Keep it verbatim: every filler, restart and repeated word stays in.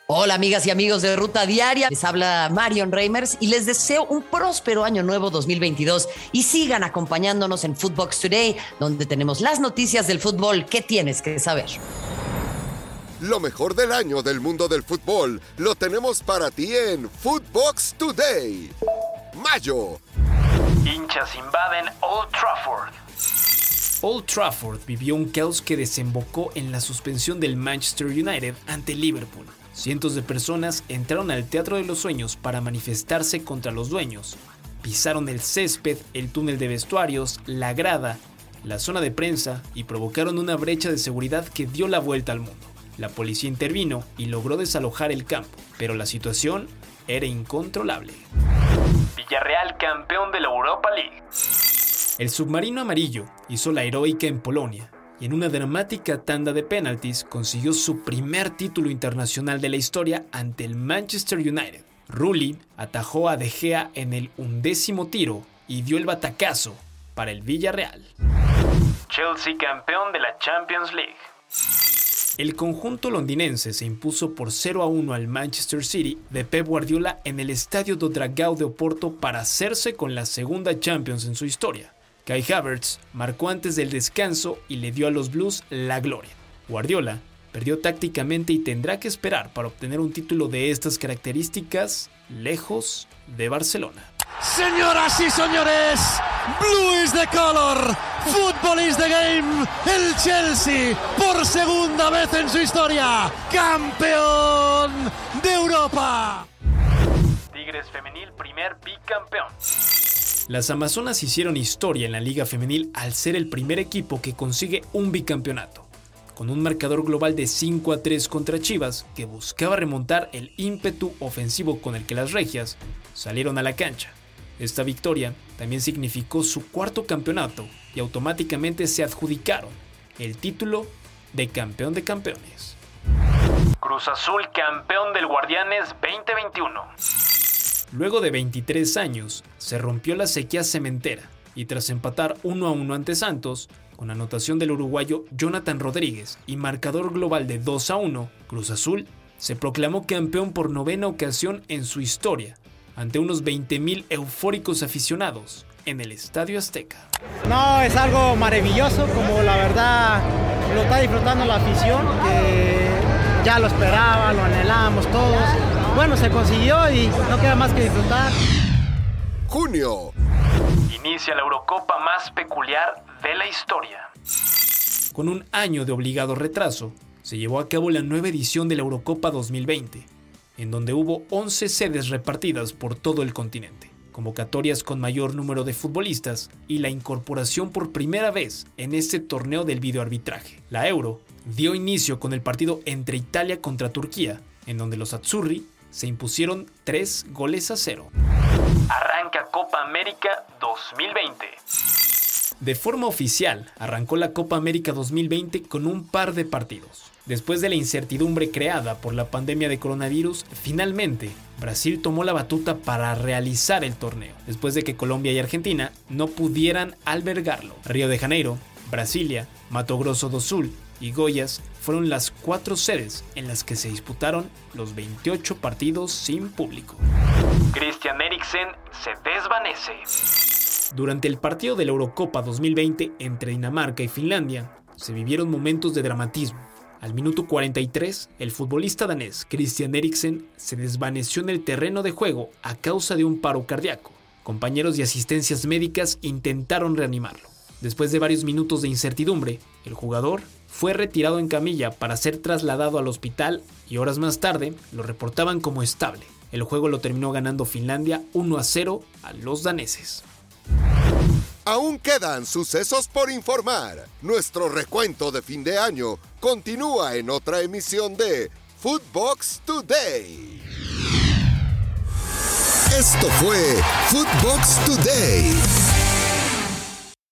Hola amigas y amigos de Ruta Diaria, les habla Marion Reimers y les deseo un próspero año nuevo dos mil veintidós y sigan acompañándonos en Footbox Today, donde tenemos las noticias del fútbol que tienes que saber. Lo mejor del año del mundo del fútbol lo tenemos para ti en Footbox Today. Mayo. Hinchas invaden Old Trafford. Old Trafford vivió un caos que desembocó en la suspensión del Manchester United ante Liverpool. Cientos de personas entraron al Teatro de los Sueños para manifestarse contra los dueños. Pisaron el césped, el túnel de vestuarios, la grada, la zona de prensa y provocaron una brecha de seguridad que dio la vuelta al mundo. La policía intervino y logró desalojar el campo, pero la situación era incontrolable. Villarreal campeón de la Europa League. El submarino amarillo hizo la heroica en Polonia y en una dramática tanda de penaltis consiguió su primer título internacional de la historia ante el Manchester United. Rulli atajó a De Gea en el undécimo tiro y dio el batacazo para el Villarreal. Chelsea campeón de la Champions League. El conjunto londinense se impuso por cero a uno al Manchester City de Pep Guardiola en el Estadio do Dragão de Oporto para hacerse con la segunda Champions en su historia. Kai Havertz marcó antes del descanso y le dio a los Blues la gloria. Guardiola perdió tácticamente y tendrá que esperar para obtener un título de estas características lejos de Barcelona. Señoras y señores, Blue is the color, Football is the game. El Chelsea, por segunda vez en su historia, campeón de Europa. Tigres femenil, primer bicampeón. Las Amazonas hicieron historia en la Liga Femenil al ser el primer equipo que consigue un bicampeonato, con un marcador global de cinco a tres contra Chivas, que buscaba remontar el ímpetu ofensivo con el que las regias salieron a la cancha. Esta victoria también significó su cuarto campeonato y automáticamente se adjudicaron el título de campeón de campeones. Cruz Azul campeón del Guardianes veinte veintiuno. Luego de veintitrés años, se rompió la sequía cementera y tras empatar uno a uno ante Santos, con anotación del uruguayo Jonathan Rodríguez y marcador global de dos a uno, Cruz Azul se proclamó campeón por novena ocasión en su historia, ante unos veinte mil eufóricos aficionados en el Estadio Azteca. No, es algo maravilloso, como la verdad lo está disfrutando la afición, que ya lo esperaba, lo anhelábamos todos. Bueno, se consiguió y no queda más que disfrutar. Junio. Inicia la Eurocopa más peculiar de la historia. Con un año de obligado retraso, se llevó a cabo la nueva edición de la Eurocopa dos mil veinte, en donde hubo once sedes repartidas por todo el continente, convocatorias con mayor número de futbolistas y la incorporación por primera vez en este torneo del videoarbitraje. La Euro dio inicio con el partido entre Italia contra Turquía, en donde los Azzurri se impusieron tres goles a cero. Arranca Copa América dos mil veinte. De forma oficial, arrancó la Copa América dos mil veinte con un par de partidos. Después de la incertidumbre creada por la pandemia de coronavirus, finalmente Brasil tomó la batuta para realizar el torneo, después de que Colombia y Argentina no pudieran albergarlo. Río de Janeiro, Brasilia, Mato Grosso do Sul y Goiás fueron las cuatro sedes en las que se disputaron los veintiocho partidos sin público. Christian Eriksen se desvanece. Durante el partido de la Eurocopa dos mil veinte entre Dinamarca y Finlandia, se vivieron momentos de dramatismo. Al minuto cuarenta y tres, el futbolista danés Christian Eriksen se desvaneció en el terreno de juego a causa de un paro cardíaco. Compañeros y asistencias médicas intentaron reanimarlo. Después de varios minutos de incertidumbre, el jugador fue retirado en camilla para ser trasladado al hospital y horas más tarde lo reportaban como estable. El juego lo terminó ganando Finlandia uno a cero a los daneses. Aún quedan sucesos por informar. Nuestro recuento de fin de año continúa en otra emisión de Footbox Today. Esto fue Footbox Today.